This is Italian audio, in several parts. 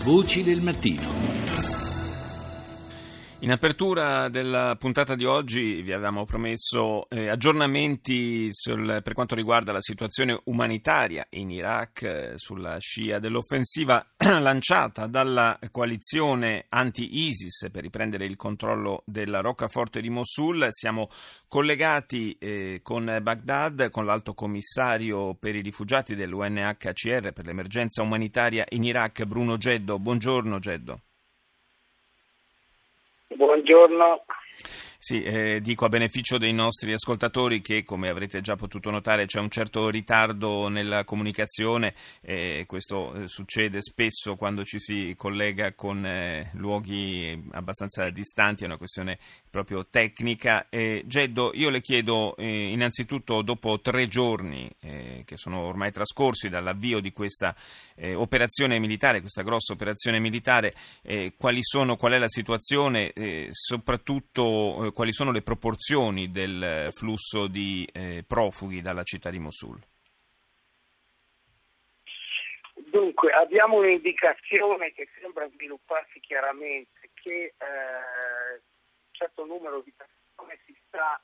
Voci del mattino. In apertura della puntata di oggi vi avevamo promesso aggiornamenti per quanto riguarda la situazione umanitaria in Iraq sulla scia dell'offensiva lanciata dalla coalizione anti-ISIS per riprendere il controllo della roccaforte di Mosul. Siamo collegati con Baghdad, con l'alto commissario per i rifugiati dell'UNHCR per l'emergenza umanitaria in Iraq, Bruno Geddo. Buongiorno Geddo. Buongiorno. Sì, dico a beneficio dei nostri ascoltatori che, come avrete già potuto notare, c'è un certo ritardo nella comunicazione. Questo succede spesso quando ci si collega con luoghi abbastanza distanti, è una questione proprio tecnica. Geddo, io le chiedo innanzitutto, dopo 3 giorni che sono ormai trascorsi dall'avvio di questa operazione militare, questa grossa operazione militare, qual è la situazione, soprattutto quali sono le proporzioni del flusso di profughi dalla città di Mosul? Dunque, abbiamo un'indicazione che sembra svilupparsi chiaramente, che un certo numero di persone si sta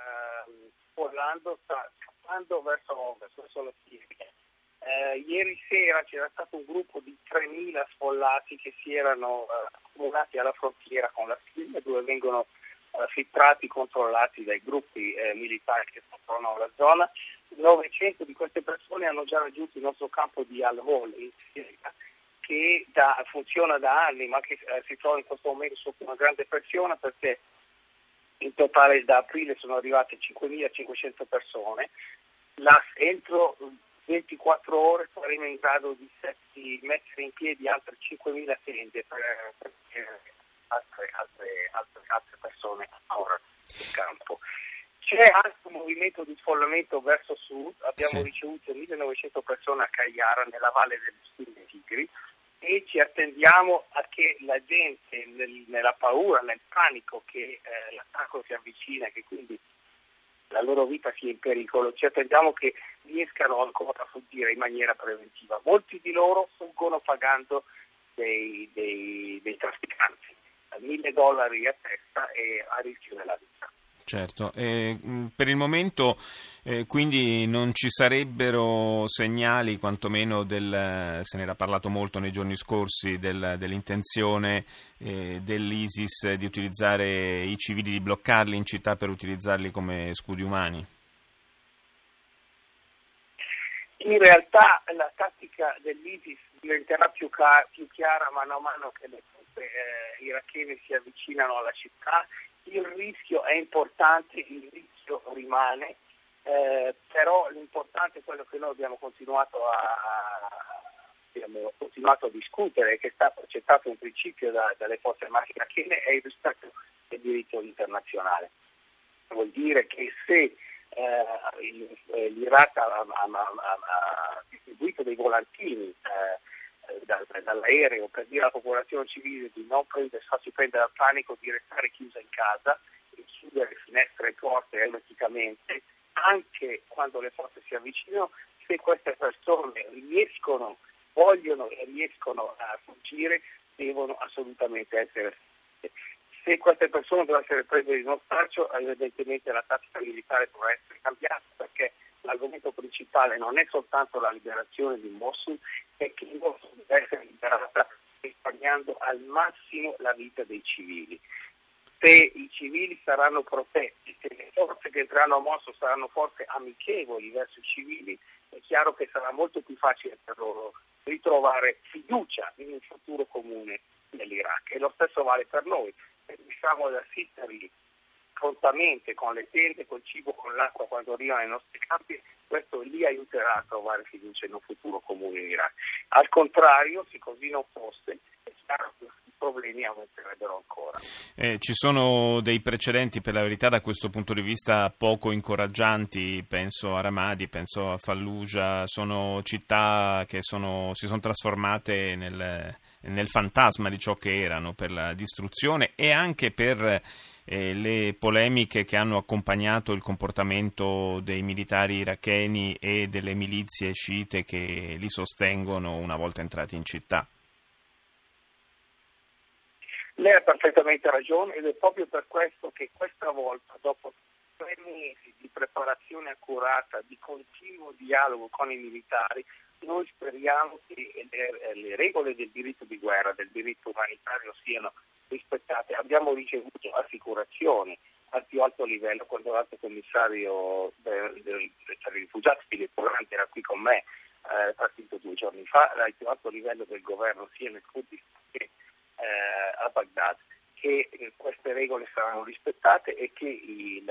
scappando verso ovest, verso la Siria. Ieri sera c'era stato un gruppo di 3.000 sfollati che si erano accumulati alla frontiera con la Siria, dove vengono filtrati, controllati dai gruppi militari che controllano la zona. 900 di queste persone hanno già raggiunto il nostro campo di Al-Hol in Siria, che funziona da anni, ma che si trova in questo momento sotto una grande pressione, perché in totale da aprile sono arrivate 5.500 persone. Entro 24 ore saremo in grado di mettere in piedi altre 5.000 tende per altre persone ancora in campo. C'è anche un movimento di sfollamento verso sud. Abbiamo ricevuto 1.900 persone a Qayyara, nella valle dello Stille Tigri, e ci attendiamo a che la gente, nella paura, nel panico che l'attacco si avvicina e che quindi la loro vita sia in pericolo, ci attendiamo che riescano ancora a fuggire in maniera preventiva. Molti di loro fuggono pagando dei trafficanti, $1.000 a testa e a rischio della vita. Certo, per il momento quindi non ci sarebbero segnali, quantomeno se ne era parlato molto nei giorni scorsi, dell'intenzione dell'ISIS di utilizzare i civili, di bloccarli in città per utilizzarli come scudi umani? In realtà la tattica dell'ISIS diventerà più chiara mano a mano che le truppe irachene si avvicinano alla città. Il rischio è importante, il rischio rimane, però l'importante è quello che noi abbiamo continuato a discutere, che c'è stato un principio dalle forze armate irachene, è il rispetto del diritto internazionale. Vuol dire che se l'Iraq ha distribuito dei volantini dall'aereo per dire alla popolazione civile di non farsi prendere dal panico, di restare chiusa in casa e chiudere finestre e porte ermeticamente, anche quando le forze si avvicinano, se queste persone vogliono e riescono a fuggire, devono assolutamente essere. Se queste persone devono essere prese in ostaggio, evidentemente la tattica militare dovrà essere cambiata, perché l'argomento principale non è soltanto la liberazione di Mosul, è che Mosul deve essere liberata risparmiando al massimo la vita dei civili. Se i civili saranno protetti, se le forze che entreranno a Mosul saranno forze amichevoli verso i civili, è chiaro che sarà molto più facile per loro ritrovare fiducia in un futuro comune nell'Iraq. E lo stesso vale per noi. Riusciamo ad assisterli prontamente con le tende, col cibo, con l'acqua quando arrivano ai nostri campi, questo li aiuterà a trovare fiducia in un futuro comune in Iraq. Al contrario, se così non fosse, è chiaro che i problemi aumenterebbero ancora. Ci sono dei precedenti, per la verità, da questo punto di vista poco incoraggianti. Penso a Ramadi, penso a Fallujah, sono città che si sono trasformate nel fantasma di ciò che erano, per la distruzione e anche per le polemiche che hanno accompagnato il comportamento dei militari iracheni e delle milizie sciite che li sostengono una volta entrati in città. Lei ha perfettamente ragione ed è proprio per questo che questa volta, dopo 3 mesi di preparazione accurata, di continuo dialogo con i militari, noi speriamo che le regole del diritto di guerra, del diritto umanitario siano rispettate. Abbiamo ricevuto assicurazioni al più alto livello quando l'alto commissario per i rifugiati Filippo Grandi era qui con me, partito 2 giorni fa, al più alto livello del governo sia nel Kurdistan che a Baghdad, che queste regole saranno rispettate e che il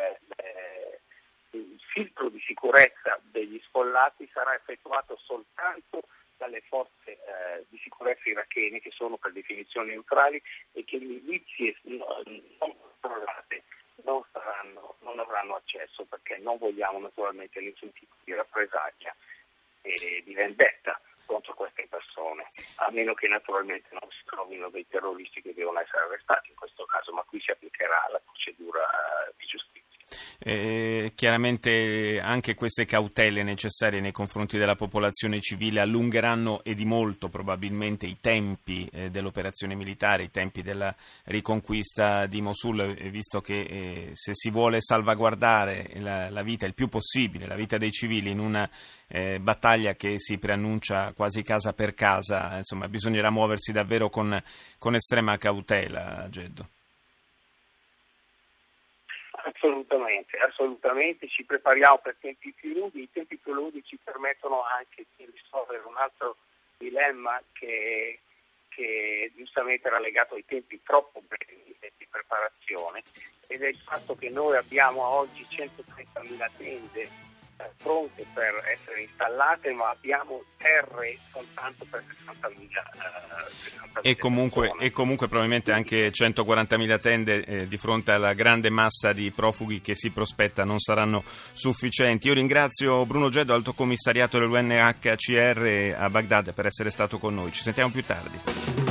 filtro di sicurezza degli sfollati sarà effettuato soltanto dalle forze di sicurezza irachene, che sono per definizione neutrali, e che le milizie non controllate non avranno accesso, perché non vogliamo naturalmente nessun tipo di rappresaglia e di vendetta contro queste persone, a meno che naturalmente non si trovino dei terroristi che devono essere arrestati in questo caso, ma qui si applicherà la procedura di giustizia. Chiaramente anche queste cautele necessarie nei confronti della popolazione civile allungheranno e di molto probabilmente i tempi dell'operazione militare, i tempi della riconquista di Mosul, visto che se si vuole salvaguardare la vita il più possibile, la vita dei civili in una battaglia che si preannuncia quasi casa per casa, insomma bisognerà muoversi davvero con estrema cautela, Geddo. Assolutamente, ci prepariamo per tempi più lunghi. I tempi più lunghi ci permettono anche di risolvere un altro dilemma che giustamente era legato ai tempi troppo brevi di preparazione, ed è il fatto che noi abbiamo oggi 130.000 tende pronte per essere installate, ma abbiamo terre soltanto per 60.000 e comunque probabilmente anche 140.000 tende di fronte alla grande massa di profughi che si prospetta non saranno sufficienti. Io ringrazio Bruno Geddo, Alto Commissariato dell'UNHCR a Baghdad, per essere stato con noi. Ci sentiamo più tardi.